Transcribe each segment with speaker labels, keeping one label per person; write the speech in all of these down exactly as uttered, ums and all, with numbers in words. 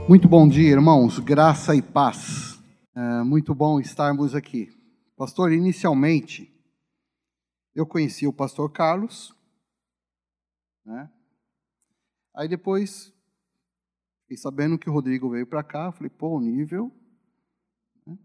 Speaker 1: Muito bom dia, irmãos, graça e paz. É muito bom estarmos aqui. Pastor, inicialmente, eu conheci o pastor Carlos, né? Aí depois, fiquei sabendo que o Rodrigo veio para cá, falei, pô, o nível. Né?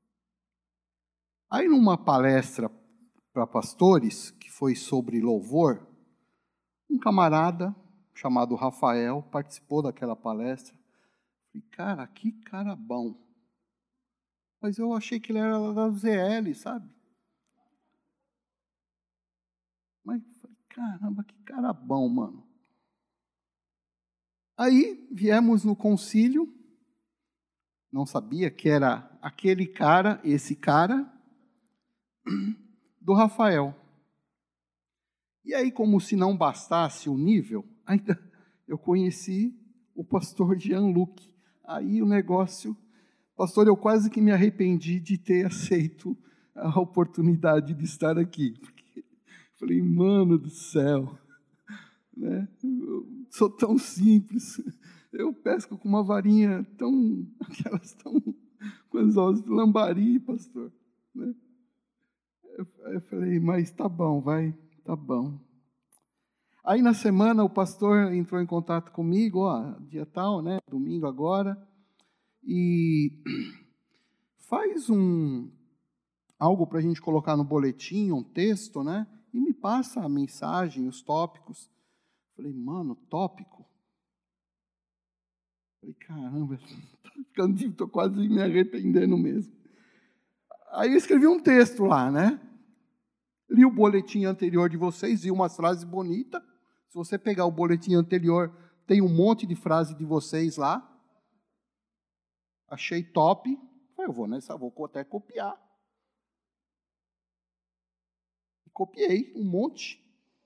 Speaker 1: Aí numa palestra para pastores, que foi sobre louvor, um camarada chamado Rafael participou daquela palestra. Falei, cara, que cara bom. Mas eu achei que ele era da Z L, sabe? Mas, falei, caramba, que cara bom, mano. Aí, viemos no concílio, não sabia que era aquele cara, esse cara, do Rafael. E aí, como se não bastasse o nível, ainda eu conheci o pastor Jean-Luc. Aí o negócio... Pastor, eu quase que me arrependi de ter aceito a oportunidade de estar aqui. Porque falei, mano do céu, né? Eu sou tão simples, eu pesco com uma varinha tão, aquelas tão, com as olhos de lambari, pastor. Né? Eu, eu falei, mas tá bom, vai, tá bom. Aí na semana o pastor entrou em contato comigo, ó, dia tal, né? Domingo agora, e faz um algo para a gente colocar no boletim, um texto, né? E me passa a mensagem, os tópicos. Falei, mano, tópico? Falei, caramba, estou quase me arrependendo mesmo. Aí eu escrevi um texto lá, né? Li o boletim anterior de vocês, vi umas frases bonitas. Se você pegar o boletim anterior, tem um monte de frase de vocês lá. Achei top. Falei, eu vou nessa, vou até copiar. Copiei um monte.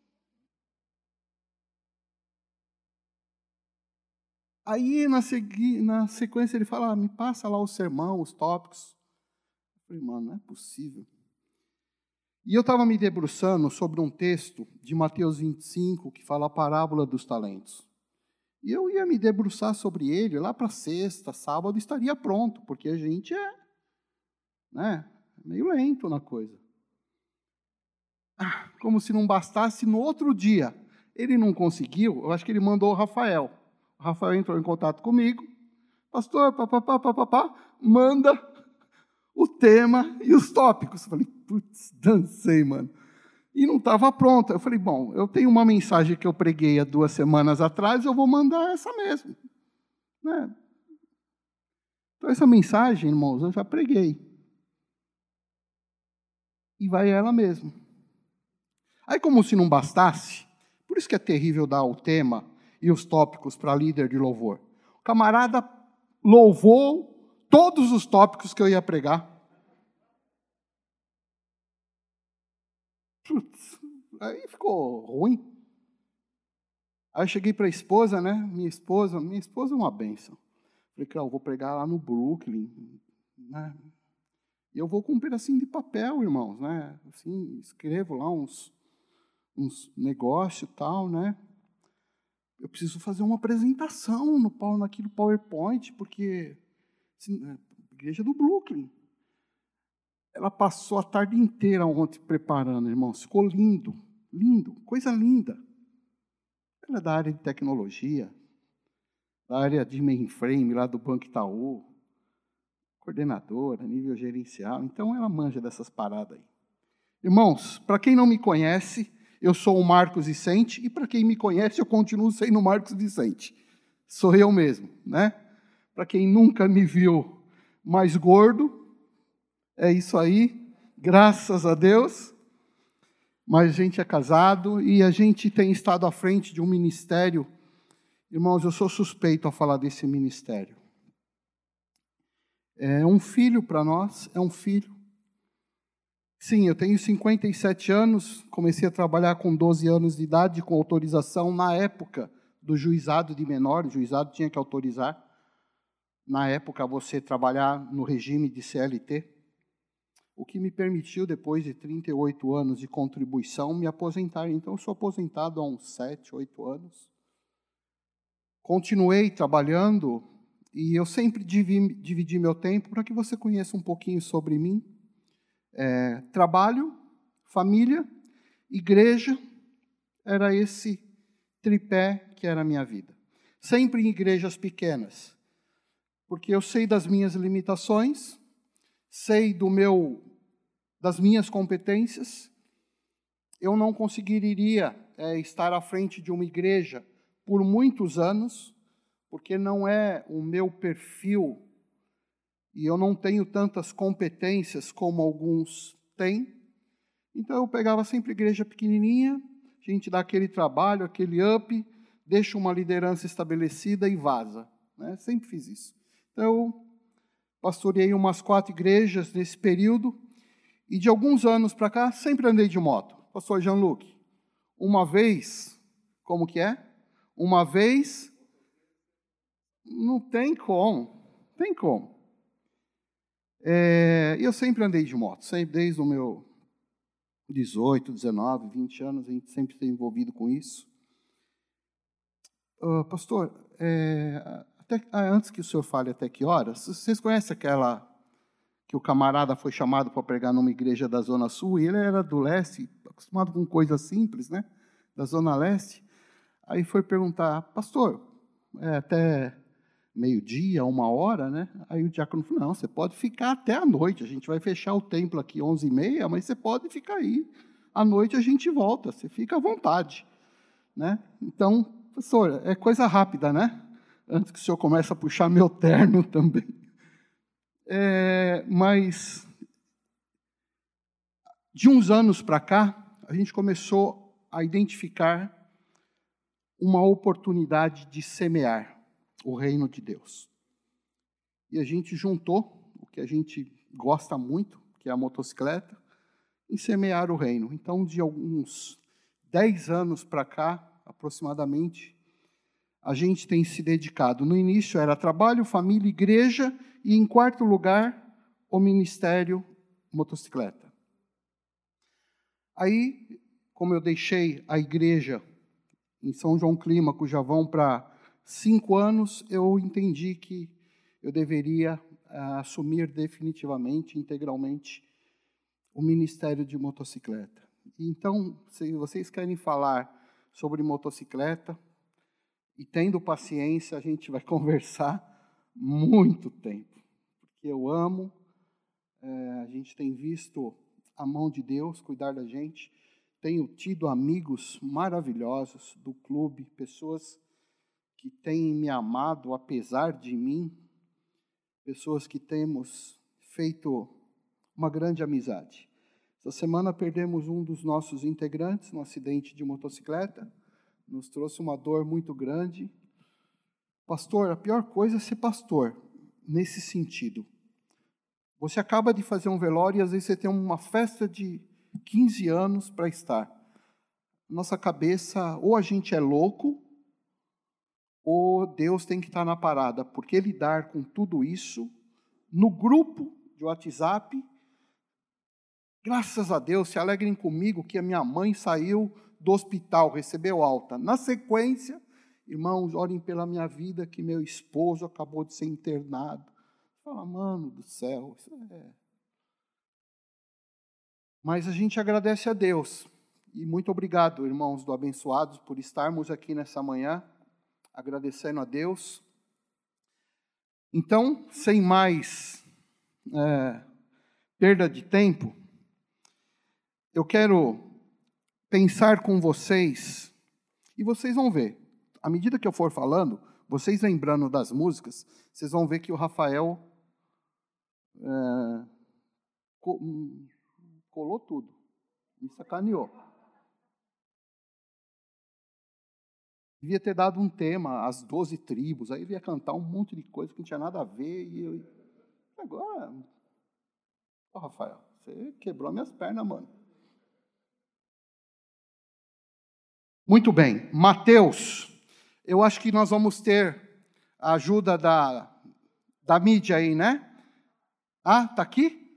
Speaker 1: Aí, na, segui, na sequência, ele fala, ah, me passa lá o sermão, os tópicos. Eu falei, mano, não é possível. E eu estava me debruçando sobre um texto de Mateus vinte e cinco, que fala a parábola dos talentos. E eu ia me debruçar sobre ele, lá para sexta, sábado, estaria pronto, porque a gente é, né, meio lento na coisa. Ah, como se não bastasse, no outro dia, ele não conseguiu, eu acho que ele mandou o Rafael. O Rafael entrou em contato comigo, pastor, papapá, papapá, manda o tema e os tópicos. Eu falei, putz, dancei, mano. E não estava pronta. Eu falei, bom, eu tenho uma mensagem que eu preguei há duas semanas atrás, eu vou mandar essa mesmo. Né? Então, essa mensagem, irmãos, eu já preguei. E vai ela mesmo. Aí, como se não bastasse, por isso que é terrível dar o tema e os tópicos para líder de louvor. O camarada louvou todos os tópicos que eu ia pregar. Putz, aí ficou ruim. Aí eu cheguei para a esposa, né? Minha esposa, minha esposa é uma bênção. Falei, Cláudio, eu vou pregar lá no Brooklyn, né? E eu vou com um pedacinho de papel, irmãos, né? Assim, escrevo lá uns, uns negócios e tal, né? Eu preciso fazer uma apresentação no, naquele PowerPoint, porque assim, a igreja do Brooklyn. Ela passou a tarde inteira ontem preparando, irmãos. Ficou lindo, lindo, coisa linda. Ela é da área de tecnologia, da área de mainframe, lá do Banco Itaú, coordenadora, nível gerencial. Então, ela manja dessas paradas aí. Irmãos, para quem não me conhece, eu sou o Marcos Vicente, e para quem me conhece, eu continuo sendo o Marcos Vicente. Sou eu mesmo, né? Para quem nunca me viu mais gordo, é isso aí, graças a Deus. Mas a gente é casado e a gente tem estado à frente de um ministério. Irmãos, eu sou suspeito a falar desse ministério. É um filho para nós, é um filho. Sim, eu tenho cinquenta e sete anos, comecei a trabalhar com doze anos de idade, com autorização na época do juizado de menor, o juizado tinha que autorizar, na época, você trabalhar no regime de C L T, o que me permitiu, depois de trinta e oito anos de contribuição, me aposentar. Então, eu sou aposentado há uns sete, oito anos. Continuei trabalhando e eu sempre dividi, dividi meu tempo para que você conheça um pouquinho sobre mim. É, trabalho, família, igreja, era esse tripé que era a minha vida. Sempre em igrejas pequenas, porque eu sei das minhas limitações, sei do meu, das minhas competências. Eu não conseguiria é, estar à frente de uma igreja por muitos anos, porque não é o meu perfil, e eu não tenho tantas competências como alguns têm. Então eu pegava sempre igreja pequenininha, a gente dá aquele trabalho, aquele up, deixa uma liderança estabelecida e vaza, né? Sempre fiz isso. Então eu pastoreei umas quatro igrejas nesse período, e de alguns anos para cá, sempre andei de moto. Pastor Jean-Luc, uma vez, como que é? Uma vez, não tem como, tem como. É, eu sempre andei de moto, sempre, desde o meu dezoito, dezenove, vinte anos, a gente sempre esteve envolvido com isso. Uh, pastor, é, até, antes que o senhor fale até que horas, vocês conhecem aquela que o camarada foi chamado para pregar numa igreja da Zona Sul, e ele era do leste, acostumado com coisas simples, né? Da Zona Leste. Aí foi perguntar, pastor, é até meio-dia, uma hora, né? Aí o diácono falou, não, você pode ficar até a noite, a gente vai fechar o templo aqui onze e meia, mas você pode ficar aí. À noite a gente volta, você fica à vontade, né? Então, pastor, é coisa rápida, né? Antes que o senhor comece a puxar meu terno também. É, mas, de uns anos para cá, a gente começou a identificar uma oportunidade de semear o reino de Deus. E a gente juntou o que a gente gosta muito, que é a motocicleta, em semear o reino. Então, de alguns dez anos para cá, aproximadamente, a gente tem se dedicado. No início era trabalho, família, igreja, e em quarto lugar, o ministério motocicleta. Aí, como eu deixei a igreja em São João Clímaco, já vão para cinco anos, eu entendi que eu deveria uh, assumir definitivamente, integralmente, o ministério de motocicleta. Então, se vocês querem falar sobre motocicleta, e tendo paciência, a gente vai conversar muito tempo, porque eu amo, é, a gente tem visto a mão de Deus cuidar da gente, tenho tido amigos maravilhosos do clube, pessoas que têm me amado apesar de mim, pessoas que temos feito uma grande amizade. Essa semana perdemos um dos nossos integrantes num acidente de motocicleta, nos trouxe uma dor muito grande. Pastor, a pior coisa é ser pastor, nesse sentido. Você acaba de fazer um velório e às vezes você tem uma festa de quinze anos para estar. Nossa cabeça, ou a gente é louco, ou Deus tem que estar na parada, porque lidar com tudo isso, no grupo de WhatsApp, graças a Deus, se alegrem comigo que a minha mãe saiu do hospital, recebeu alta. Na sequência, irmãos, orem pela minha vida, que meu esposo acabou de ser internado. Fala, mano do céu, isso é... Mas a gente agradece a Deus. E muito obrigado, irmãos do Abençoados, por estarmos aqui nessa manhã, agradecendo a Deus. Então, sem mais é, perda de tempo, eu quero pensar com vocês, e vocês vão ver, à medida que eu for falando, vocês lembrando das músicas, vocês vão ver que o Rafael é, colou tudo, me sacaneou. Devia ter dado um tema, as doze tribos, aí ia cantar um monte de coisa que não tinha nada a ver, e eu... Agora, oh, Rafael, você quebrou minhas pernas, mano. Muito bem, Mateus, eu acho que nós vamos ter a ajuda da, da mídia aí, né? Ah, está aqui?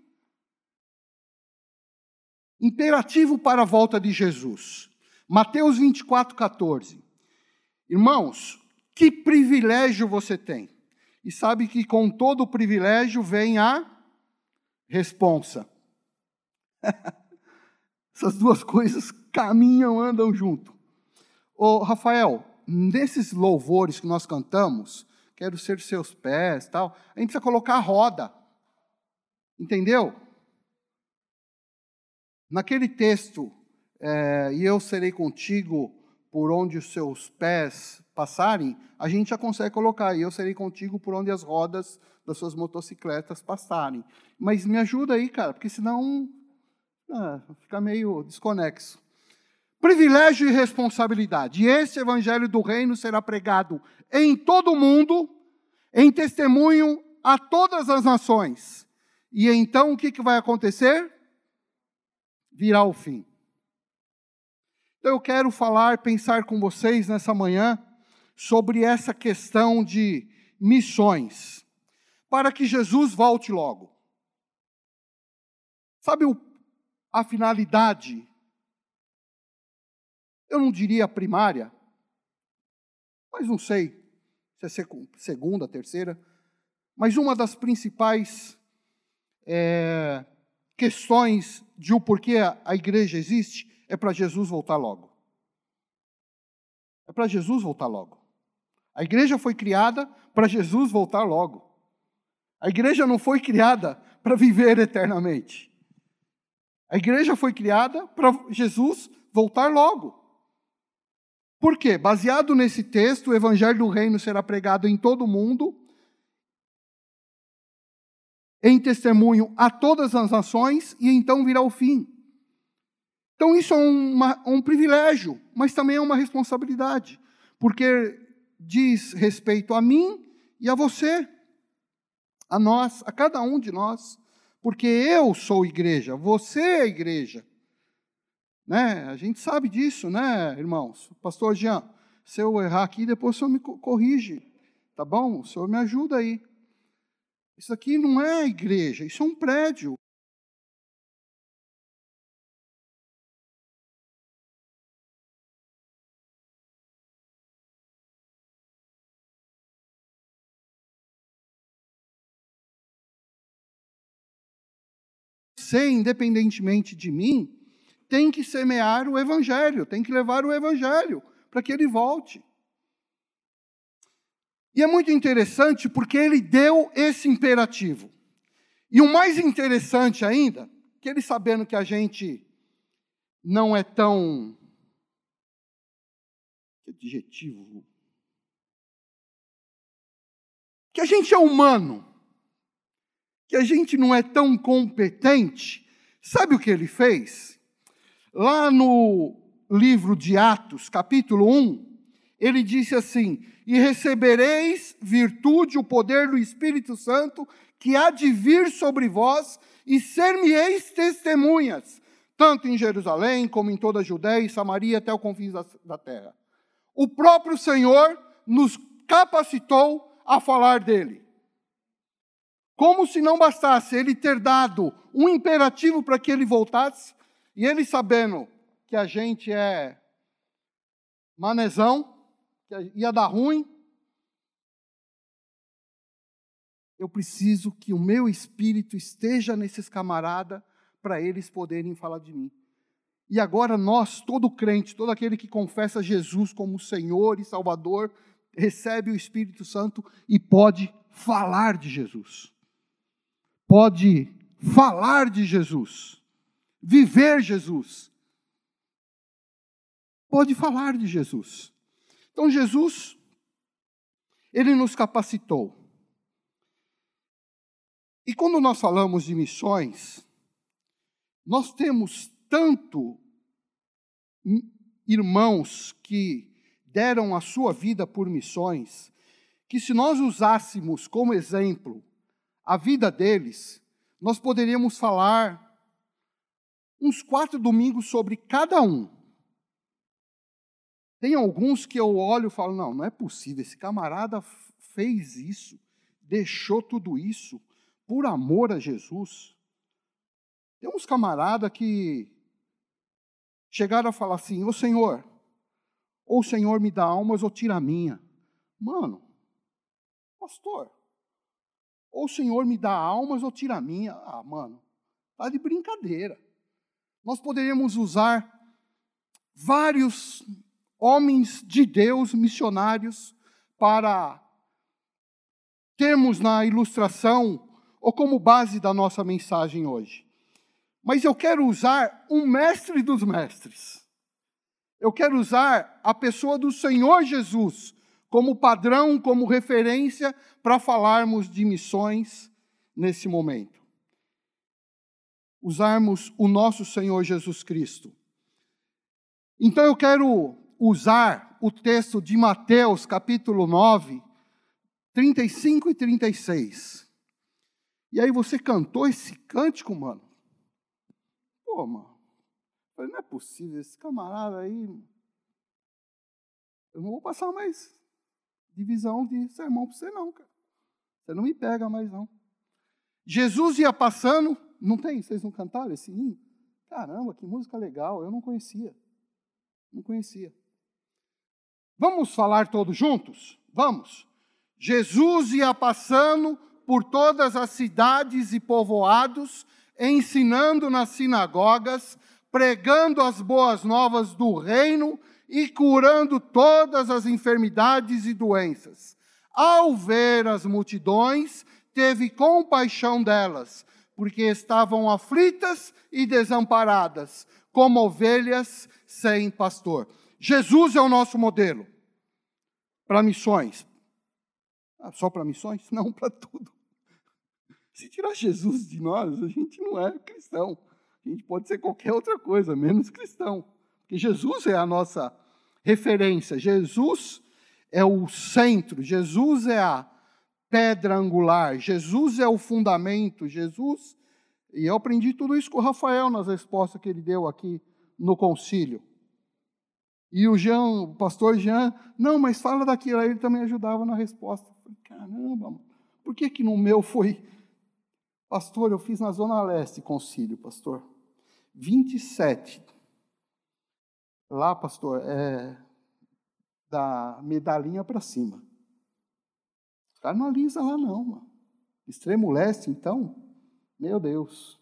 Speaker 1: Imperativo para a volta de Jesus. Mateus vinte e quatro, quatorze. Irmãos, que privilégio você tem. e sabe que com todo o privilégio vem a responsa. Essas duas coisas caminham, andam junto. Ô, Rafael, nesses louvores que nós cantamos, quero ser seus pés, tal, a gente precisa colocar a roda. Entendeu? Naquele texto, é, e eu serei contigo por onde os seus pés passarem, a gente já consegue colocar, e eu serei contigo por onde as rodas das suas motocicletas passarem. Mas me ajuda aí, cara, porque senão ah, fica meio desconexo. Privilégio e responsabilidade. E esse evangelho do reino será pregado em todo o mundo, em testemunho a todas as nações. E então o que, que vai acontecer? Virá o fim. Então eu quero falar, pensar com vocês nessa manhã sobre essa questão de missões, para que Jesus volte logo. Sabe o, a finalidade? Eu não diria primária, mas não sei se é segunda, terceira, mas uma das principais é, questões de o porquê a igreja existe é para Jesus voltar logo. É para Jesus voltar logo. A igreja foi criada para Jesus voltar logo. A igreja não foi criada para viver eternamente. A igreja foi criada para Jesus voltar logo. Por quê? Baseado nesse texto, o evangelho do reino será pregado em todo o mundo, em testemunho a todas as nações, e então virá o fim. Então isso é uma, um privilégio, mas também é uma responsabilidade, porque diz respeito a mim e a você, a nós, a cada um de nós, porque eu sou igreja, você é igreja. Né? A gente sabe disso, né, irmãos? Pastor Jean, se eu errar aqui, depois o senhor me corrige, tá bom? O senhor me ajuda aí. Isso aqui não é igreja, isso é um prédio. Você, independentemente de mim, tem que semear o evangelho, tem que levar o evangelho para que ele volte. E é muito interessante porque ele deu esse imperativo. E o mais interessante ainda, que ele sabendo que a gente não é tão... Que adjetivo? Que a gente é humano, que a gente não é tão competente, sabe o que ele fez? Lá no livro de Atos, capítulo um, ele disse assim: e recebereis virtude, o poder do Espírito Santo, que há de vir sobre vós, e ser-me-eis testemunhas, tanto em Jerusalém, como em toda a Judéia e Samaria, até o confins da, da terra. O próprio Senhor nos capacitou a falar dele. Como se não bastasse ele ter dado um imperativo para que ele voltasse, e ele sabendo que a gente é manezão, que ia dar ruim, eu preciso que o meu espírito esteja nesses camaradas para eles poderem falar de mim. E agora nós, todo crente, todo aquele que confessa Jesus como Senhor e Salvador, recebe o Espírito Santo e pode falar de Jesus. Pode falar de Jesus. Viver Jesus. Pode falar de Jesus. Então Jesus, ele nos capacitou. E quando nós falamos de missões, nós temos tanto irmãos que deram a sua vida por missões, que se nós usássemos como exemplo a vida deles, nós poderíamos falar uns quatro domingos sobre cada um. Tem alguns que eu olho e falo, não, não é possível, esse camarada fez isso, deixou tudo isso, por amor a Jesus. Tem uns camaradas que chegaram a falar assim, ô Senhor, ou o Senhor me dá almas ou tira a minha. Mano, pastor, Ou o Senhor me dá almas ou tira a minha. Ah, mano, tá de brincadeira. Nós poderíamos usar vários homens de Deus, missionários, para termos na ilustração ou como base da nossa mensagem hoje. Mas eu quero usar um mestre dos mestres. Eu quero usar a pessoa do Senhor Jesus como padrão, como referência para falarmos de missões nesse momento. Usarmos o nosso Senhor Jesus Cristo. Então eu quero usar o texto de Mateus, capítulo nove, trinta e cinco e trinta e seis. E aí você cantou esse cântico, mano? Pô, mano, não é possível, esse camarada aí... Eu não vou passar mais divisão de sermão para você não, cara. Você não me pega mais não. Jesus ia passando, não tem? Vocês não cantaram esse hino? Caramba, que música legal, eu não conhecia. Não conhecia. Vamos falar todos juntos? Vamos. Jesus ia passando por todas as cidades e povoados, ensinando nas sinagogas, pregando as boas novas do reino e curando todas as enfermidades e doenças. Ao ver as multidões, teve compaixão delas, porque estavam aflitas e desamparadas, como ovelhas sem pastor. Jesus é o nosso modelo para missões. Ah, só para missões? Não, para tudo. Se tirar Jesus de nós, a gente não é cristão. A gente pode ser qualquer outra coisa, menos cristão. Porque Jesus é a nossa referência. Jesus é o centro. Jesus é a pedra angular. Jesus é o fundamento. Jesus... E eu aprendi tudo isso com o Rafael nas respostas que ele deu aqui no concílio. E o Jean, o pastor Jean, não, mas fala daquilo. Aí ele também ajudava na resposta. Eu falei, caramba, por que que no meu foi... Pastor, eu fiz na Zona Leste concílio, pastor. vinte e sete. Lá, pastor, é da medalhinha para cima. Os caras não alisam lá não, mano. Extremo Leste, então, meu Deus.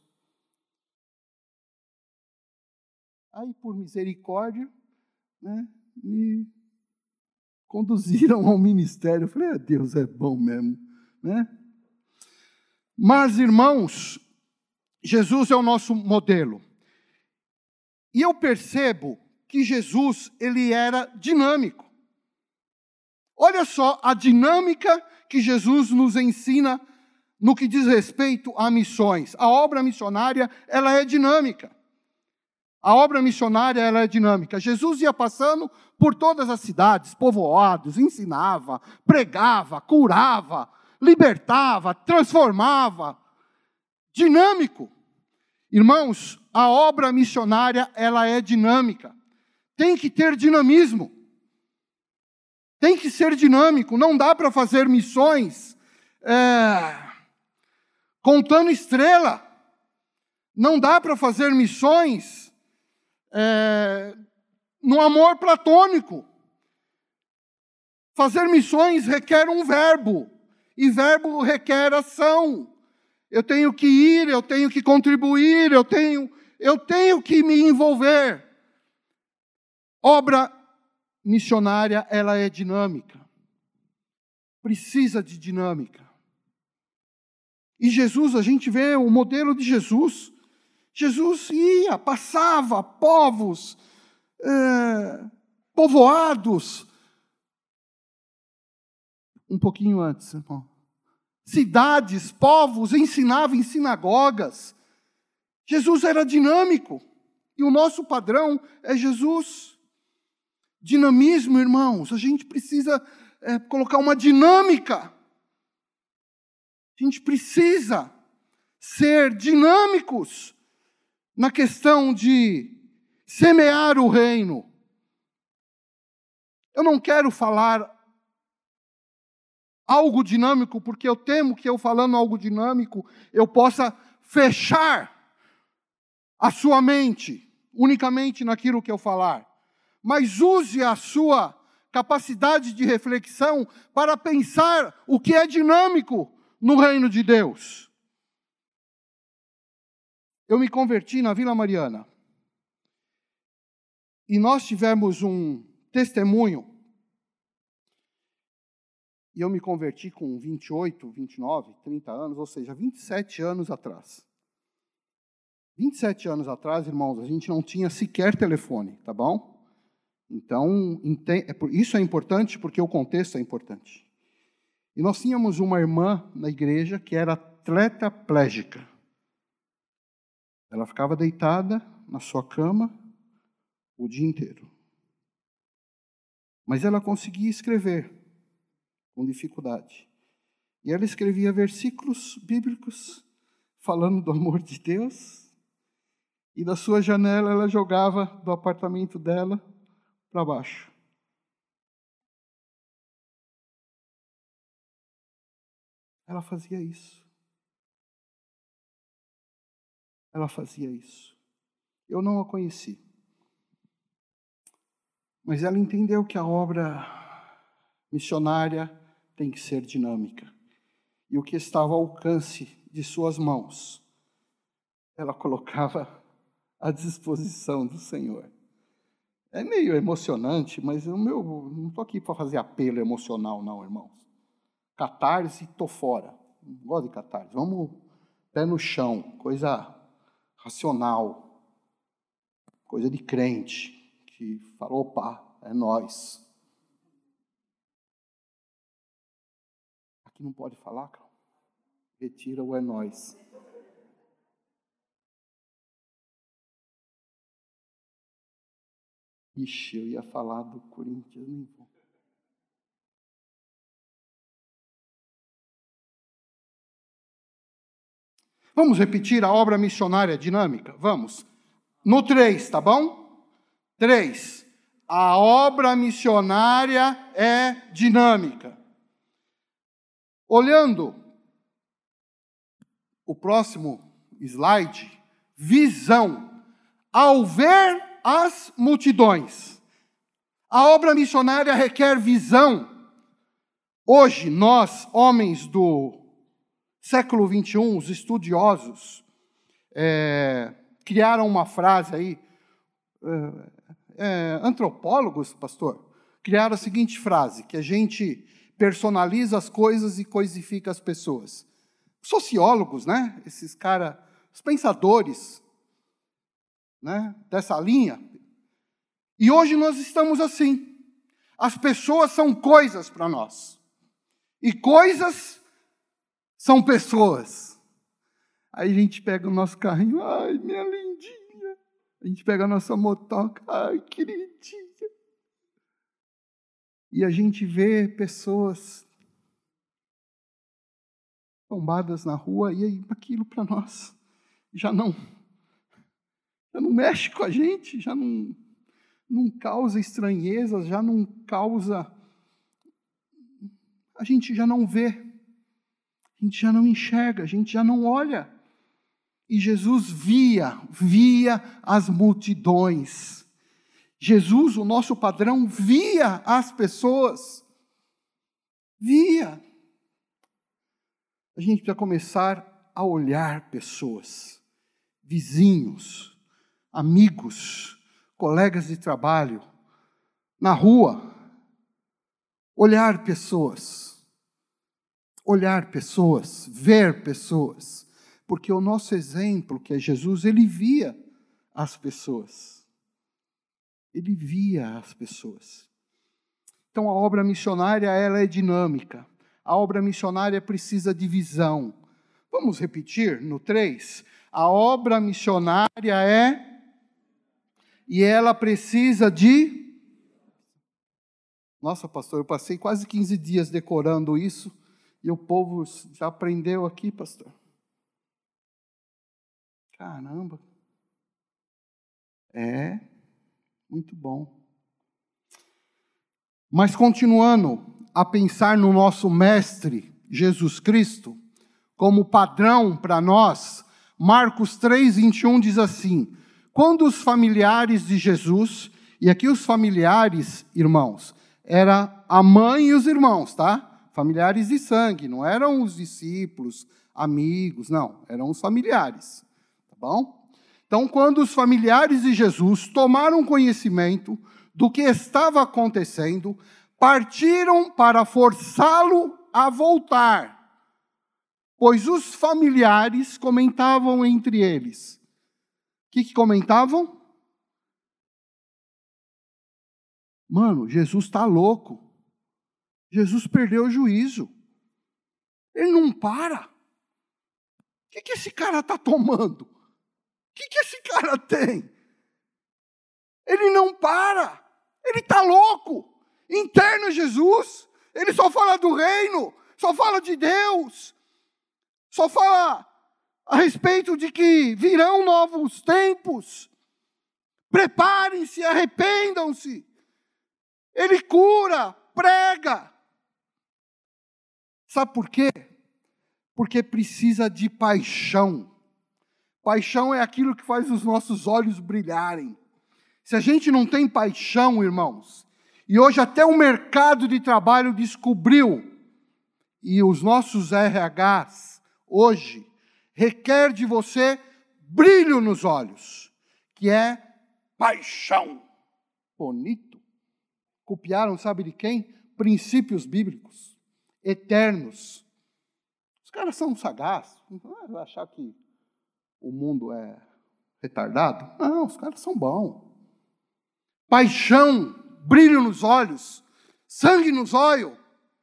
Speaker 1: Aí, por misericórdia, né, me conduziram ao ministério. Eu falei, ah, Deus é bom mesmo, né? Mas, irmãos, Jesus é o nosso modelo. E eu percebo que Jesus, ele era dinâmico. Olha só a dinâmica que Jesus nos ensina no que diz respeito a missões. A obra missionária, ela é dinâmica. A obra missionária, ela é dinâmica. Jesus ia passando por todas as cidades, povoados, ensinava, pregava, curava, libertava, transformava. Dinâmico. Irmãos, a obra missionária, ela é dinâmica. Tem que ter dinamismo. Tem que ser dinâmico. Não dá para fazer missões é, contando estrela. Não dá para fazer missões é, no amor platônico. Fazer missões requer um verbo. E verbo requer ação. Eu tenho que ir, eu tenho que contribuir, eu tenho, eu tenho que me envolver. Obra missionária, ela é dinâmica. Precisa de dinâmica. E Jesus, a gente vê o modelo de Jesus. Jesus ia, passava povos, é, povoados. Um pouquinho antes, irmão. Cidades, povos, ensinava em sinagogas. Jesus era dinâmico. E o nosso padrão é Jesus. Dinamismo, irmãos. A gente precisa é, colocar uma dinâmica. A gente precisa ser dinâmicos na questão de semear o reino. Eu não quero falar algo dinâmico, porque eu temo que eu falando algo dinâmico, eu possa fechar a sua mente unicamente naquilo que eu falar. Mas use a sua capacidade de reflexão para pensar o que é dinâmico no reino de Deus. Eu me converti na Vila Mariana. E nós tivemos um testemunho. E eu me converti com vinte e oito, vinte e nove, trinta anos, ou seja, vinte e sete anos atrás. vinte e sete anos atrás, irmãos, a gente não tinha sequer telefone, tá bom? Então, isso é importante porque o contexto é importante. E nós tínhamos uma irmã na igreja que era tetraplégica. Ela ficava deitada na sua cama o dia inteiro. Mas ela conseguia escrever com dificuldade. E ela escrevia versículos bíblicos falando do amor de Deus. E da sua janela ela jogava do apartamento dela para baixo. Ela fazia isso. Ela fazia isso. Eu não a conheci. Mas ela entendeu que a obra missionária tem que ser dinâmica. E o que estava ao alcance de suas mãos, ela colocava à disposição do Senhor. É meio emocionante, mas o meu, não estou aqui para fazer apelo emocional, não, irmãos. Catarse, estou fora. Não gosto de catarse. Vamos pé no chão, coisa racional, coisa de crente, que fala, opa, é nós. Aqui não pode falar, cara. Retira o é nós. Ixi, eu ia falar do Corinthians, nem vou. Vamos repetir a obra missionária dinâmica? Vamos. No três, tá bom? três. A obra missionária é dinâmica. Olhando o próximo slide, visão. Ao ver as multidões. A obra missionária requer visão. Hoje, nós, homens do século vinte e um, os estudiosos, é, criaram uma frase aí, é, é, antropólogos, pastor, criaram a seguinte frase, que a gente personaliza as coisas e coisifica as pessoas. Sociólogos, né? Esses caras, os pensadores, né, dessa linha. E hoje nós estamos assim. As pessoas são coisas para nós. E coisas são pessoas. Aí a gente pega o nosso carrinho, ai, minha lindinha. A gente pega a nossa motoca, ai, queridinha. E a gente vê pessoas tombadas na rua, e aí aquilo para nós já não, já não mexe com a gente, já não, não causa estranheza, já não causa... A gente já não vê, a gente já não enxerga, a gente já não olha. E Jesus via, via as multidões. Jesus, o nosso padrão, via as pessoas. Via. A gente precisa começar a olhar pessoas, vizinhos, amigos, colegas de trabalho, na rua. Olhar pessoas. Olhar pessoas, ver pessoas. Porque o nosso exemplo, que é Jesus, ele via as pessoas. Ele via as pessoas. Então, a obra missionária, ela é dinâmica. A obra missionária precisa de visão. Vamos repetir no três? A obra missionária é... E ela precisa de... Nossa, pastor, eu passei quase quinze dias decorando isso. E o povo já aprendeu aqui, pastor. Caramba. É, muito bom. Mas continuando a pensar no nosso mestre, Jesus Cristo, como padrão para nós, Marcos três, vinte e um diz assim, quando os familiares de Jesus, e aqui os familiares, irmãos, era a mãe e os irmãos, tá? familiares de sangue, não eram os discípulos, amigos, não, eram os familiares, tá bom? Então, quando os familiares de Jesus tomaram conhecimento do que estava acontecendo, partiram para forçá-lo a voltar, pois os familiares comentavam entre eles. O que, que comentavam? Mano, Jesus está louco. Jesus perdeu o juízo. Ele não para. O que, que esse cara está tomando? O que, que esse cara tem? Ele não para. Ele está louco. Interna Jesus. Ele só fala do reino. Só fala de Deus. Só fala a respeito de que virão novos tempos. Preparem-se, arrependam-se. Ele cura, prega. Sabe por quê? Porque precisa de paixão. Paixão é aquilo que faz os nossos olhos brilharem. Se a gente não tem paixão, irmãos, e hoje até o mercado de trabalho descobriu, e os nossos R Hs, hoje, requer de você brilho nos olhos, que é paixão. Bonito. Copiaram, sabe de quem? Princípios bíblicos, eternos. Os caras são sagazes. Não vai achar que o mundo é retardado? Não, os caras são bons. Paixão, brilho nos olhos, sangue nos olhos.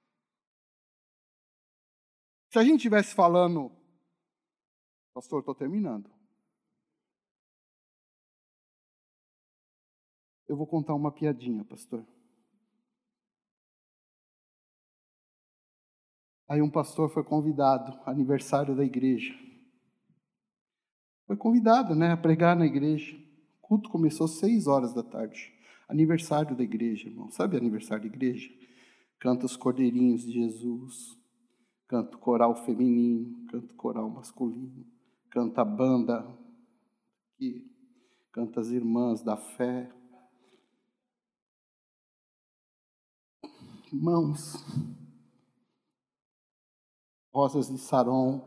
Speaker 1: Se a gente estivesse falando, pastor, estou terminando. Eu vou contar uma piadinha, pastor. Aí um pastor foi convidado, aniversário da igreja. Foi convidado, né, a pregar na igreja. O culto começou às seis horas da tarde. Aniversário da igreja, irmão. Sabe aniversário da igreja? Canta os cordeirinhos de Jesus. Canta o coral feminino. Canta o coral masculino. Canta a banda. E canta as irmãs da fé. Irmãos, Rosas de Saron.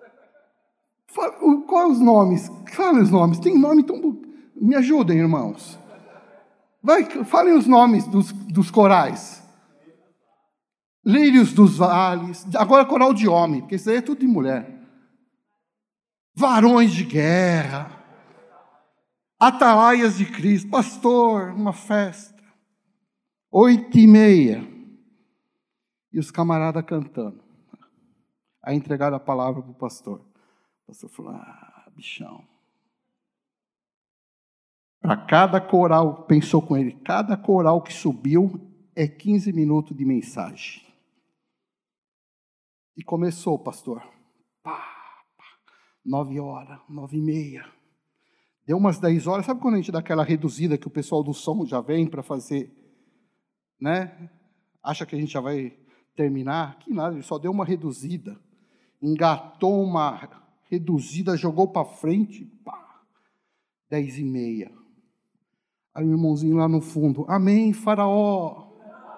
Speaker 1: Quais os nomes? Fala os nomes. Tem nome tão... Me ajudem, irmãos. Vai, falem os nomes dos, dos corais. Lírios dos vales. Agora coral de homem, porque isso aí é tudo de mulher. Varões de guerra. Atalaias de Cristo. Pastor, uma festa. Oito e meia. E os camaradas cantando. Aí entregaram a palavra para o pastor. O pastor falou, ah, bichão. Para cada coral, pensou com ele, cada coral que subiu é quinze minutos de mensagem. E começou, pastor. Pá, pá, nove horas, nove e meia. Deu umas dez horas. Sabe quando a gente dá aquela reduzida que o pessoal do som já vem para fazer, né? Acha que a gente já vai terminar? Que nada, ele só deu uma reduzida. Engatou uma reduzida, jogou para frente. Pá, dez e meia. Aí o irmãozinho lá no fundo, amém, faraó.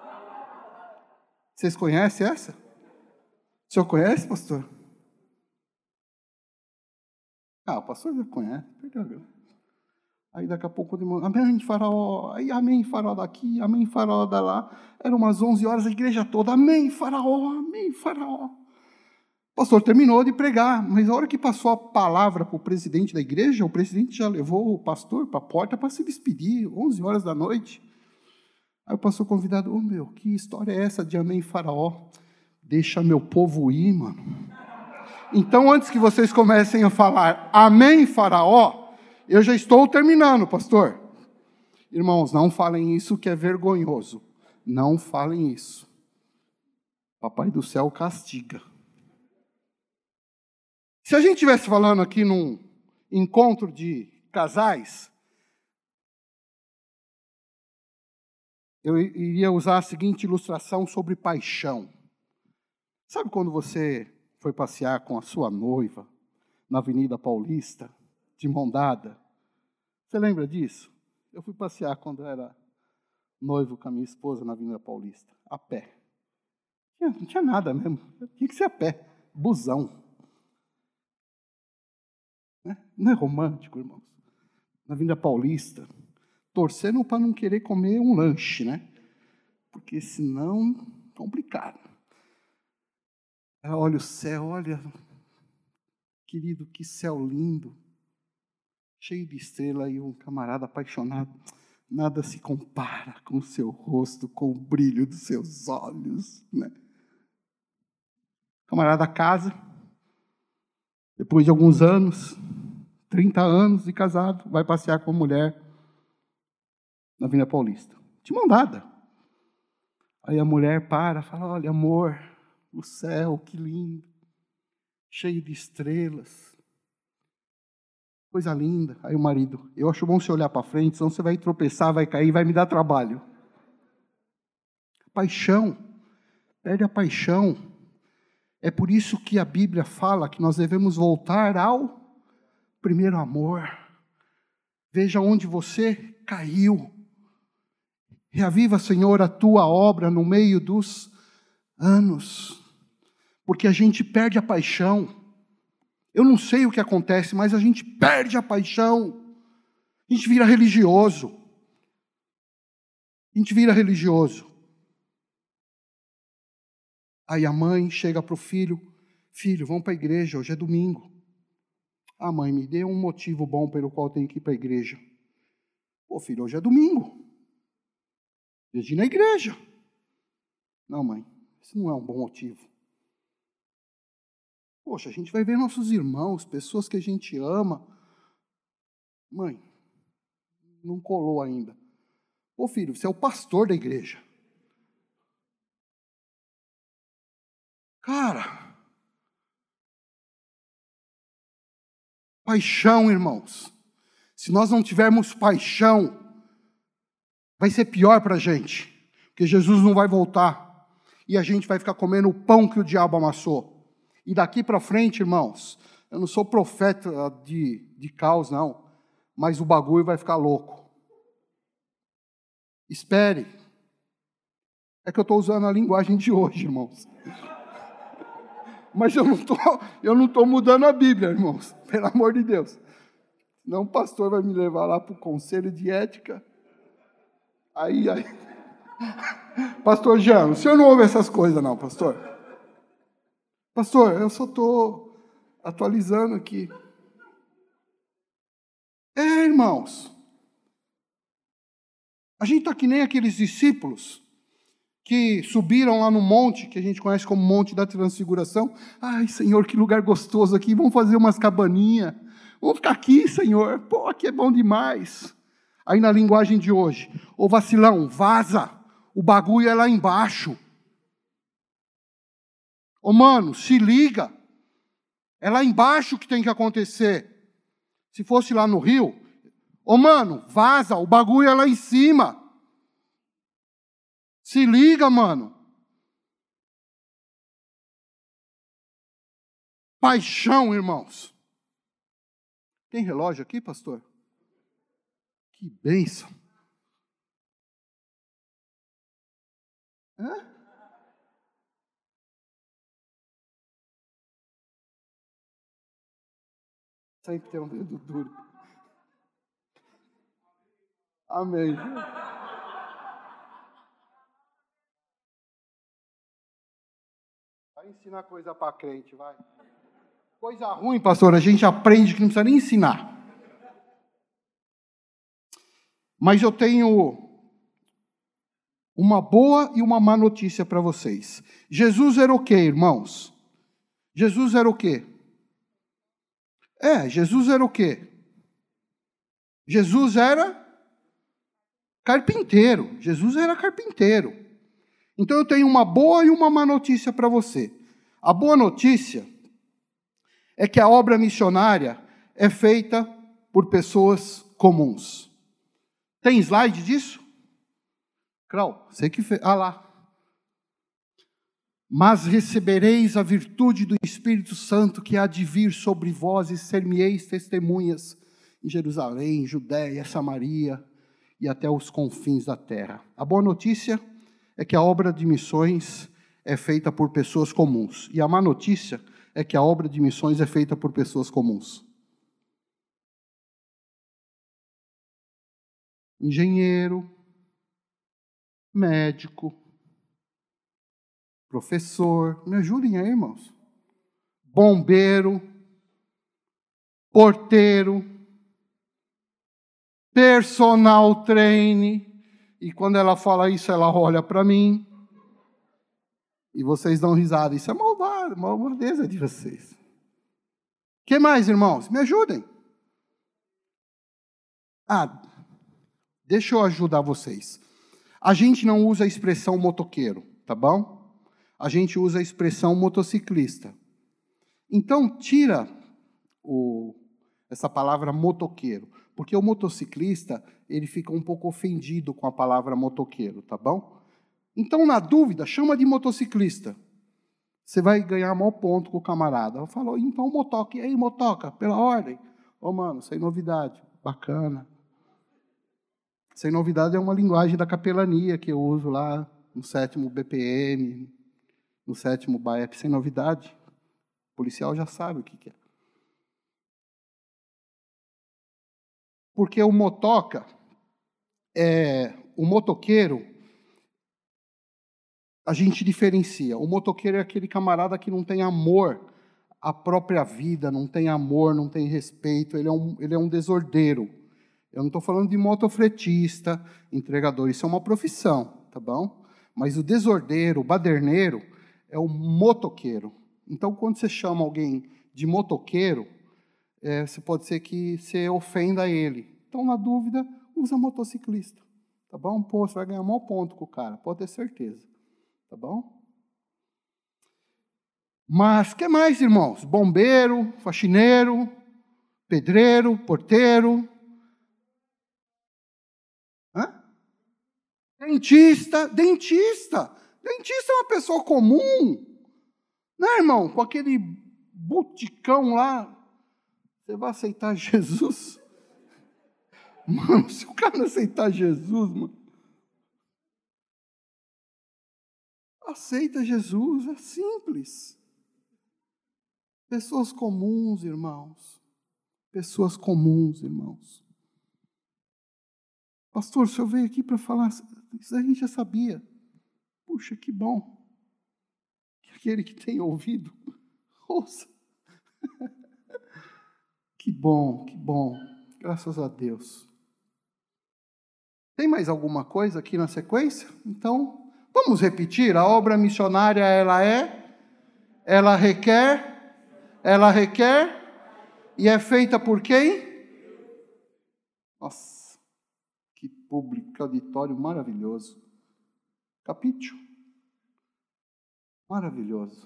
Speaker 1: Vocês conhecem essa? O senhor conhece, pastor? Ah, o pastor já conhece. Aí daqui a pouco, amém, faraó. Aí, amém, faraó daqui, amém, faraó da lá. Eram umas onze horas, a igreja toda, amém, faraó, amém, faraó. O pastor terminou de pregar, mas a hora que passou a palavra para o presidente da igreja, o presidente já levou o pastor para a porta para se despedir, onze horas da noite. Aí o pastor convidado, oh meu, que história é essa de amém, faraó? Deixa meu povo ir, mano. Então, antes que vocês comecem a falar amém, faraó, eu já estou terminando, pastor. Irmãos, não falem isso que é vergonhoso. Não falem isso. Papai do céu castiga. Se a gente estivesse falando aqui num encontro de casais, eu iria usar a seguinte ilustração sobre paixão. Sabe quando você foi passear com a sua noiva na Avenida Paulista, de mão dada? Você lembra disso? Eu fui passear quando era noivo com a minha esposa na Avenida Paulista, a pé. Não tinha nada mesmo. Tinha que ser a pé. Busão. Não é romântico, irmãos? Na Avenida Paulista, torcendo para não querer comer um lanche, né? Porque senão, complicado. Olha o céu, olha, querido, que céu lindo. Cheio de estrela e um camarada apaixonado. Nada se compara com o seu rosto, com o brilho dos seus olhos, né? Camarada casa, depois de alguns anos, trinta anos de casado, vai passear com a mulher na Avenida Paulista. De mão dada. Aí a mulher para, fala, olha, amor, o céu, que lindo, cheio de estrelas, coisa linda. Aí o marido, eu acho bom você olhar para frente, senão você vai tropeçar, vai cair, vai me dar trabalho. Paixão, perde a paixão. É por isso que a Bíblia fala que nós devemos voltar ao primeiro amor. Veja onde você caiu. Reaviva, Senhor, a tua obra no meio dos anos. Porque a gente perde a paixão. Eu não sei o que acontece, mas a gente perde a paixão. A gente vira religioso. A gente vira religioso. Aí a mãe chega para o filho, filho, vamos para a igreja, hoje é domingo. Ah, mãe, me dê um motivo bom pelo qual eu tenho que ir para a igreja. Pô, filho, hoje é domingo. Eu de ir na igreja. Não, mãe, isso não é um bom motivo. Poxa, a gente vai ver nossos irmãos, pessoas que a gente ama. Mãe, não colou ainda. Ô filho, você é o pastor da igreja. Cara, paixão, irmãos. Se nós não tivermos paixão, vai ser pior para a gente, porque Jesus não vai voltar, e a gente vai ficar comendo o pão que o diabo amassou. E daqui para frente, irmãos, eu não sou profeta de, de caos, não, mas o bagulho vai ficar louco. Espere. É que eu estou usando a linguagem de hoje, irmãos. Mas eu não estou eu não estou mudando a Bíblia, irmãos, pelo amor de Deus. Não, o pastor vai me levar lá para o conselho de ética. Aí, aí. Pastor Jean, o senhor não ouve essas coisas, não, pastor? Pastor, eu só estou atualizando aqui. É, irmãos. A gente está que nem aqueles discípulos que subiram lá no monte, que a gente conhece como Monte da Transfiguração. Ai, Senhor, que lugar gostoso aqui. Vamos fazer umas cabaninhas. Vamos ficar aqui, Senhor. Pô, aqui é bom demais. Aí na linguagem de hoje, ô vacilão, vaza. O bagulho é lá embaixo. Ô mano, se liga. É lá embaixo que tem que acontecer. Se fosse lá no Rio, ô mano, vaza. O bagulho é lá em cima. Se liga, mano. Paixão, irmãos. Tem relógio aqui, pastor? Que bênção. Hã? Sempre tem um dedo duro. Amém. Vai ensinar coisa para crente, vai. Coisa ruim, pastor, a gente aprende que não precisa nem ensinar. Mas eu tenho uma boa e uma má notícia para vocês. Jesus era o quê, irmãos? Jesus era o quê? É, Jesus era o quê? Jesus era carpinteiro. Jesus era carpinteiro. Então eu tenho uma boa e uma má notícia para você. A boa notícia é que a obra missionária é feita por pessoas comuns. Tem slide disso? Crau, você que fez. Ah lá. Mas recebereis a virtude do Espírito Santo que há de vir sobre vós e ser-me-eis testemunhas em Jerusalém, Judéia, Samaria e até os confins da terra. A boa notícia é que a obra de missões é feita por pessoas comuns. E a má notícia é que a obra de missões é feita por pessoas comuns. Engenheiro, médico, professor, me ajudem aí, irmãos. Bombeiro, porteiro, personal trainer. E quando ela fala isso, ela olha para mim. E vocês dão risada. Isso é maldade, malvadeza de vocês. O que mais, irmãos? Me ajudem. Ah, deixa eu ajudar vocês. A gente não usa a expressão motoqueiro, tá bom? A gente usa a expressão motociclista. Então, tira o, essa palavra motoqueiro, porque o motociclista, ele fica um pouco ofendido com a palavra motoqueiro, tá bom? Então, na dúvida, chama de motociclista. Você vai ganhar maior ponto com o camarada. Falou, então, motoca. E aí, motoca, pela ordem. Ô, oh, mano, sem novidade. Bacana. Sem novidade é uma linguagem da capelania que eu uso lá no sétimo B P M, no sétimo B A E P. Sem novidade. O policial já sabe o que é. Porque o motoca, é, o motoqueiro, a gente diferencia. O motoqueiro é aquele camarada que não tem amor à própria vida, não tem amor, não tem respeito, ele é um, ele é um desordeiro. Eu não estou falando de motofretista, entregador, isso é uma profissão, tá bom? Mas o desordeiro, o baderneiro, é o motoqueiro. Então, quando você chama alguém de motoqueiro, é, você pode ser que você ofenda ele. Então, na dúvida, usa motociclista, tá bom? Pô, você vai ganhar um maior ponto com o cara, pode ter certeza. Tá bom? Mas, o que mais, irmãos? Bombeiro, faxineiro, pedreiro, porteiro. Hã? Dentista, dentista. Dentista é uma pessoa comum. Né, irmão? Com aquele buticão lá. Você vai aceitar Jesus? Mano, se o cara não aceitar Jesus, mano. Aceita Jesus, é simples. Pessoas comuns, irmãos. Pessoas comuns, irmãos. Pastor, o senhor veio aqui para falar, isso a gente já sabia. Puxa, que bom. Que aquele que tem ouvido, ouça. Que bom, que bom. Graças a Deus. Tem mais alguma coisa aqui na sequência? Então, vamos repetir. A obra missionária, ela é, ela requer, ela requer, e é feita por quem? Nossa, que público, que auditório maravilhoso. Capítulo. Maravilhoso.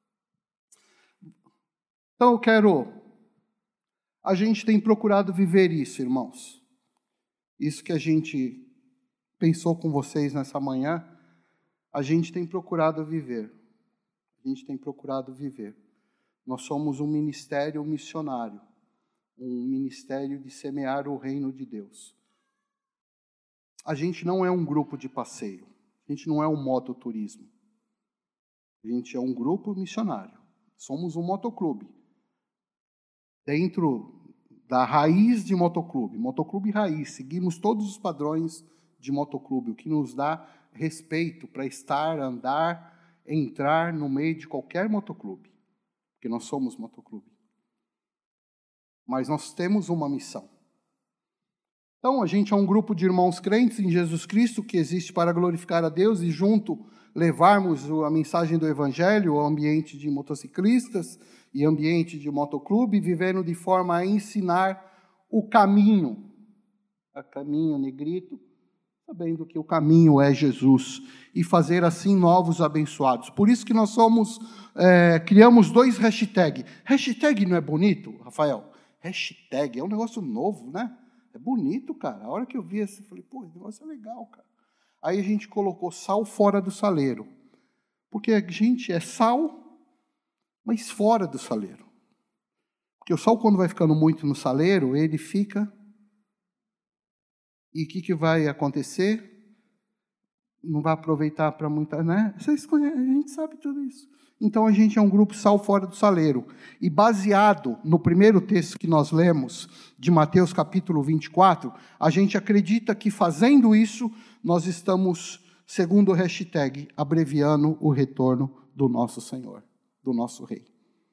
Speaker 1: Então, eu quero... A gente tem procurado viver isso, irmãos. Isso que a gente pensou com vocês nessa manhã, a gente tem procurado viver. A gente tem procurado viver. Nós somos um ministério missionário, um ministério de semear o reino de Deus. A gente não é um grupo de passeio, a gente não é um mototurismo. A gente é um grupo missionário. Somos um motoclube. Dentro da raiz de motoclube, motoclube raiz, seguimos todos os padrões de motoclube, o que nos dá respeito para estar, andar, entrar no meio de qualquer motoclube, porque nós somos motoclube. Mas nós temos uma missão. Então, a gente é um grupo de irmãos crentes em Jesus Cristo que existe para glorificar a Deus e junto levarmos a mensagem do Evangelho ao ambiente de motociclistas e ambiente de motoclube, vivendo de forma a ensinar o caminho, o caminho negrito, sabendo que o caminho é Jesus, e fazer assim novos abençoados. Por isso que nós somos, é, criamos dois hashtags. Hashtag não é bonito, Rafael? Hashtag é um negócio novo, né? É bonito, cara. A hora que eu vi assim, eu falei, pô, esse negócio é legal, cara. Aí a gente colocou sal fora do saleiro. Porque a gente é sal, mas fora do saleiro. Porque o sal, quando vai ficando muito no saleiro, ele fica... E o que, que vai acontecer? não vai aproveitar para muita, né? Vocês conhecem, a gente sabe tudo isso. Então, a gente é um grupo sal fora do saleiro. E baseado no primeiro texto que nós lemos, de Mateus capítulo vinte e quatro, a gente acredita que fazendo isso, nós estamos, segundo o hashtag, abreviando o retorno do nosso Senhor, do nosso Rei.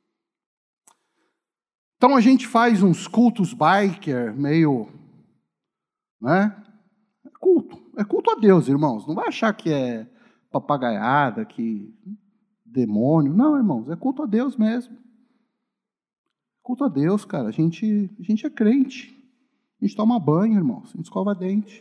Speaker 1: Então, a gente faz uns cultos biker, meio, né? É culto, é culto a Deus, irmãos. Não vai achar que é papagaiada, que demônio. Não, irmãos, é culto a Deus mesmo. Culto a Deus, cara. A gente, a gente é crente. A gente toma banho, irmãos. A gente escova dente.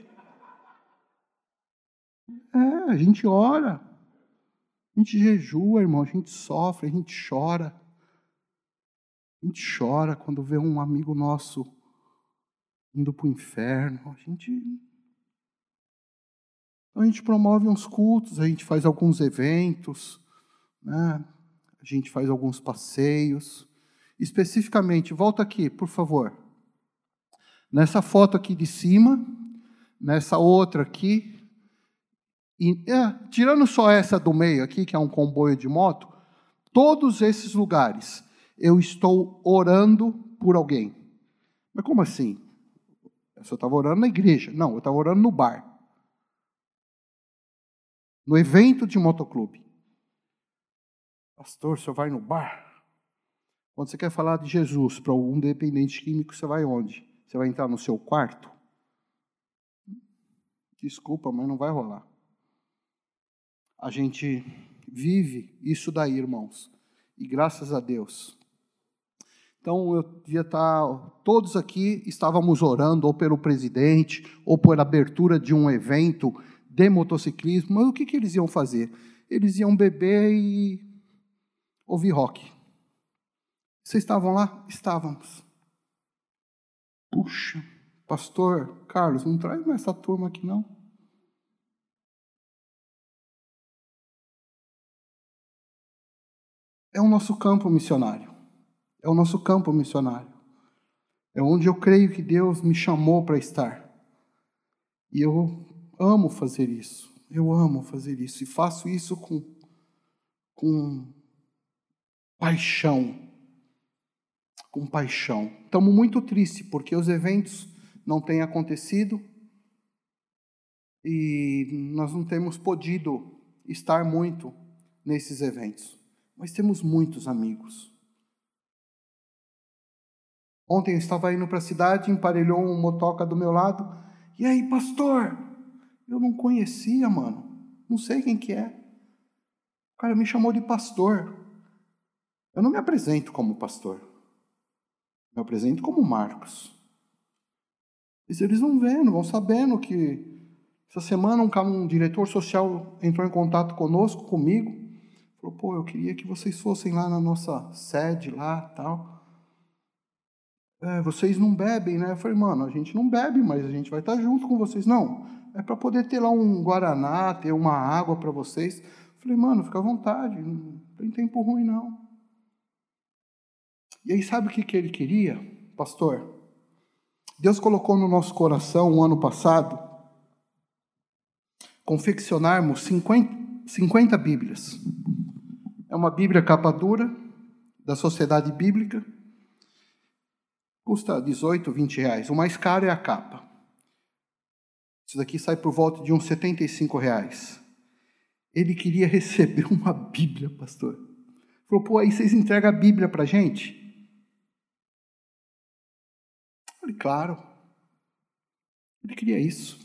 Speaker 1: É, a gente ora. A gente jejua, irmão. A gente sofre, a gente chora. A gente chora quando vê um amigo nosso indo para o inferno. A gente... Então, a gente promove uns cultos, a gente faz alguns eventos, né? A gente faz alguns passeios. Especificamente, volta aqui, por favor. Nessa foto aqui de cima, nessa outra aqui, e, é, tirando só essa do meio aqui, que é um comboio de moto, todos esses lugares eu estou orando por alguém. Mas como assim? Eu só estava orando na igreja. Não, eu estava orando no bar. No evento de motoclube. Pastor, o senhor vai no bar? Quando você quer falar de Jesus para algum dependente químico, você vai onde? Você vai entrar no seu quarto? Desculpa, mas não vai rolar. A gente vive isso daí, irmãos. E graças a Deus. Então, eu devia estar... Todos aqui estávamos orando ou pelo presidente, ou por abertura de um evento de motociclismo. Mas o que, que eles iam fazer? Eles iam beber e ouvir rock. Vocês estavam lá? Estávamos. Puxa, pastor Carlos, não traz mais essa turma aqui, não? É o nosso campo missionário. É o nosso campo missionário. É onde eu creio que Deus me chamou para estar. E eu amo fazer isso. Eu amo fazer isso. E faço isso com, com paixão. Com paixão. Estamos muito tristes porque os eventos não têm acontecido e nós não temos podido estar muito nesses eventos. Mas temos muitos amigos. Ontem eu estava indo para a cidade, emparelhou um motoca do meu lado. E aí, pastor? Eu não conhecia, mano. Não sei quem que é. O cara me chamou de pastor. Eu não me apresento como pastor. Me apresento como Marcos. Mas eles vão vendo, vão sabendo que essa semana um, um diretor social entrou em contato conosco, comigo. Falou, pô, eu queria que vocês fossem lá na nossa sede, lá, tal. É, vocês não bebem, né? Eu falei, mano, a gente não bebe, mas a gente vai estar junto com vocês. Não, é para poder ter lá um guaraná, ter uma água para vocês. Eu falei, mano, fica à vontade, não tem tempo ruim, não. E aí, sabe o que, que ele queria, pastor? Deus colocou no nosso coração, um ano passado, confeccionarmos cinquenta, cinquenta Bíblias. É uma Bíblia capa dura, da Sociedade Bíblica, custa dezoito, vinte reais. O mais caro é a capa. Isso daqui sai por volta de uns setenta e cinco reais. Ele queria receber uma Bíblia, pastor. Falou, pô, aí vocês entregam a Bíblia para a gente? Eu falei, claro. Ele queria isso.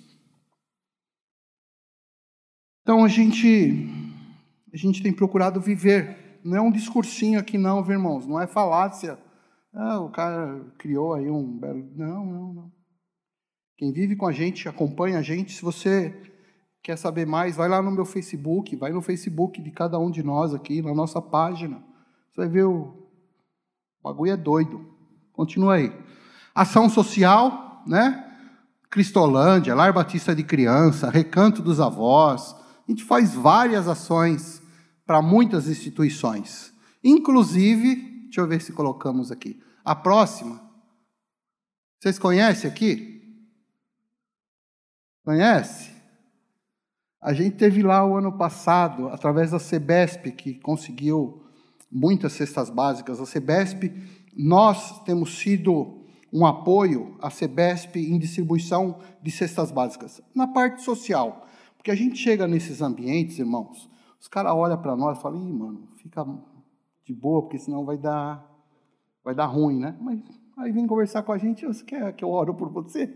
Speaker 1: Então, a gente, a gente tem procurado viver. Não é um discursinho aqui não, viu, irmãos? Não é falácia. Ah, o cara criou aí um belo... Não, não, não. Quem vive com a gente, acompanha a gente. Se você quer saber mais, vai lá no meu Facebook, vai no Facebook de cada um de nós aqui, na nossa página. Você vai ver o, o bagulho é doido. Continua aí. Ação social, né? Cristolândia, Lar Batista de Criança, Recanto dos Avós. A gente faz várias ações para muitas instituições. Inclusive... Deixa eu ver se colocamos aqui. A próxima. Vocês conhecem aqui? Conhece? A gente teve lá o ano passado, através da Sebesp, que conseguiu muitas cestas básicas. A Sebesp, nós temos sido um apoio à Sebesp em distribuição de cestas básicas, na parte social. Porque a gente chega nesses ambientes, irmãos, os caras olham para nós e falam, ih, mano, fica de boa, porque senão vai dar, vai dar ruim, né? Mas aí vem conversar com a gente, você quer que eu oro por você?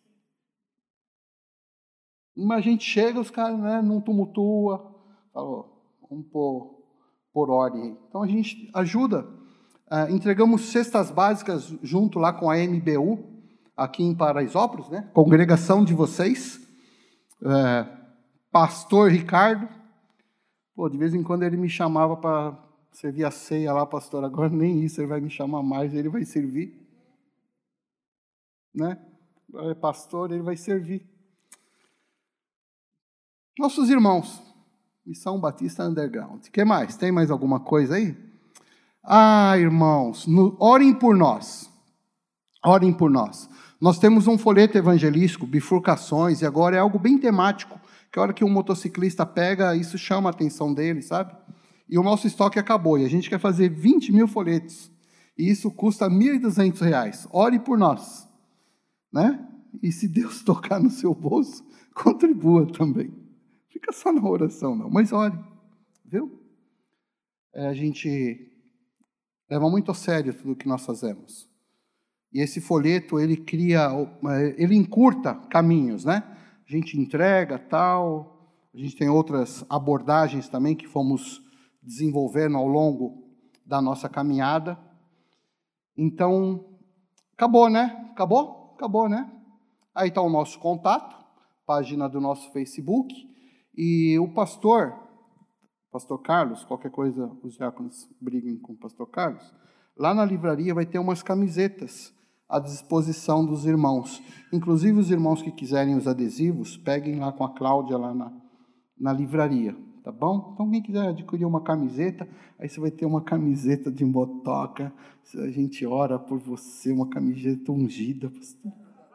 Speaker 1: Mas a gente chega, os caras, né, não tumultua, fala, vamos pôr, por ordem. Então a gente ajuda, uh, entregamos cestas básicas junto lá com a M B U, aqui em Paraisópolis, né? Congregação de vocês, uh, pastor Ricardo, pô, de vez em quando ele me chamava para servir a ceia lá, pastor, agora nem isso ele vai me chamar mais, ele vai servir, né? É pastor, ele vai servir. Nossos irmãos, Missão Batista Underground. O que mais? Tem mais alguma coisa aí? Ah, irmãos, no, orem por nós. Orem por nós. Nós temos um folheto evangelístico, bifurcações, e agora é algo bem temático, que a hora que um motociclista pega, isso chama a atenção dele, sabe? E o nosso estoque acabou, e a gente quer fazer vinte mil folhetos, e isso custa mil e duzentos reais. Ore por nós, né? E se Deus tocar no seu bolso, contribua também. Fica só na oração, não, mas ore, viu? É, a gente leva muito a sério tudo o que nós fazemos. E esse folheto, ele cria, ele encurta caminhos, né? A gente entrega, tal, a gente tem outras abordagens também que fomos desenvolvendo ao longo da nossa caminhada. Então, acabou, né? Acabou? Acabou, né? Aí está o nosso contato, página do nosso Facebook. E o pastor, pastor Carlos, qualquer coisa, os diáconos briguem com o pastor Carlos, lá na livraria vai ter umas camisetas à disposição dos irmãos. Inclusive, os irmãos que quiserem os adesivos, peguem lá com a Cláudia, lá na, na livraria, tá bom? Então, quem quiser adquirir uma camiseta, aí você vai ter uma camiseta de motoca, a gente ora por você, uma camiseta ungida, pastor.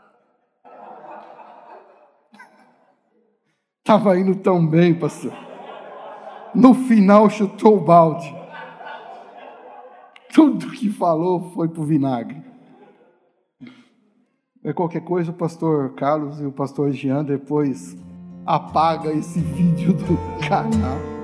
Speaker 1: Estava indo tão bem, pastor. No final, chutou o balde. Tudo que falou foi para o vinagre. É qualquer coisa, o pastor Carlos e o pastor Jean depois apaga esse vídeo do canal.